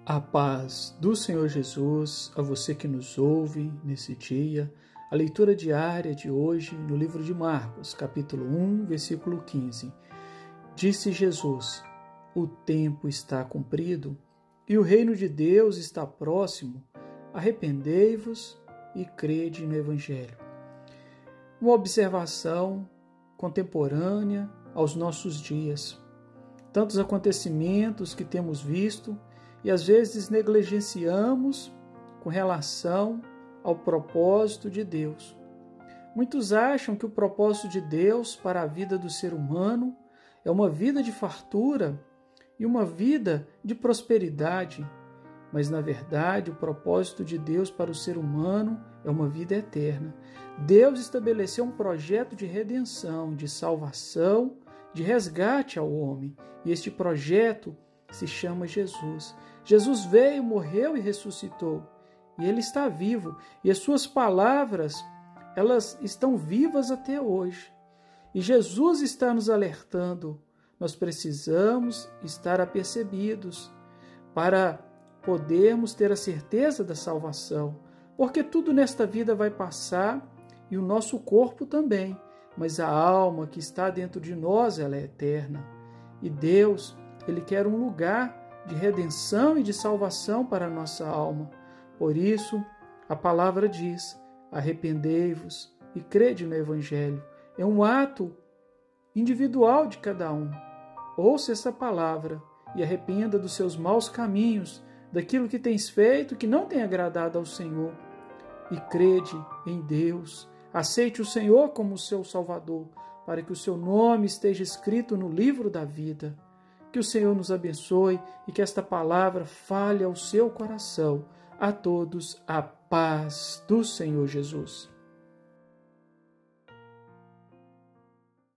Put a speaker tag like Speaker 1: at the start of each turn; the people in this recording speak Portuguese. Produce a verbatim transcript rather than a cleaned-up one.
Speaker 1: A paz do Senhor Jesus, a você que nos ouve nesse dia. A leitura diária de hoje no livro de Marcos, capítulo um, versículo quinze. Disse Jesus: o tempo está cumprido e o reino de Deus está próximo. Arrependei-vos e crede no Evangelho. Uma observação contemporânea aos nossos dias. Tantos acontecimentos que temos visto e às vezes negligenciamos com relação ao propósito de Deus. Muitos acham que o propósito de Deus para a vida do ser humano é uma vida de fartura e uma vida de prosperidade, mas na verdade o propósito de Deus para o ser humano é uma vida eterna. Deus estabeleceu um projeto de redenção, de salvação, de resgate ao homem, e este projeto se chama Jesus. Jesus veio, morreu e ressuscitou, e Ele está vivo, e as suas palavras, elas estão vivas até hoje. E Jesus está nos alertando, nós precisamos estar apercebidos para podermos ter a certeza da salvação, porque tudo nesta vida vai passar e o nosso corpo também, mas a alma que está dentro de nós, ela é eterna. E Deus, Ele quer um lugar de redenção e de salvação para a nossa alma. Por isso, a palavra diz: arrependei-vos e crede no Evangelho. É um ato individual de cada um. Ouça essa palavra e arrependa dos seus maus caminhos, daquilo que tens feito que não tem agradado ao Senhor. E crede em Deus. Aceite o Senhor como seu Salvador, para que o seu nome esteja escrito no livro da vida. Que o Senhor nos abençoe e que esta palavra fale ao seu coração. A todos a paz do Senhor Jesus.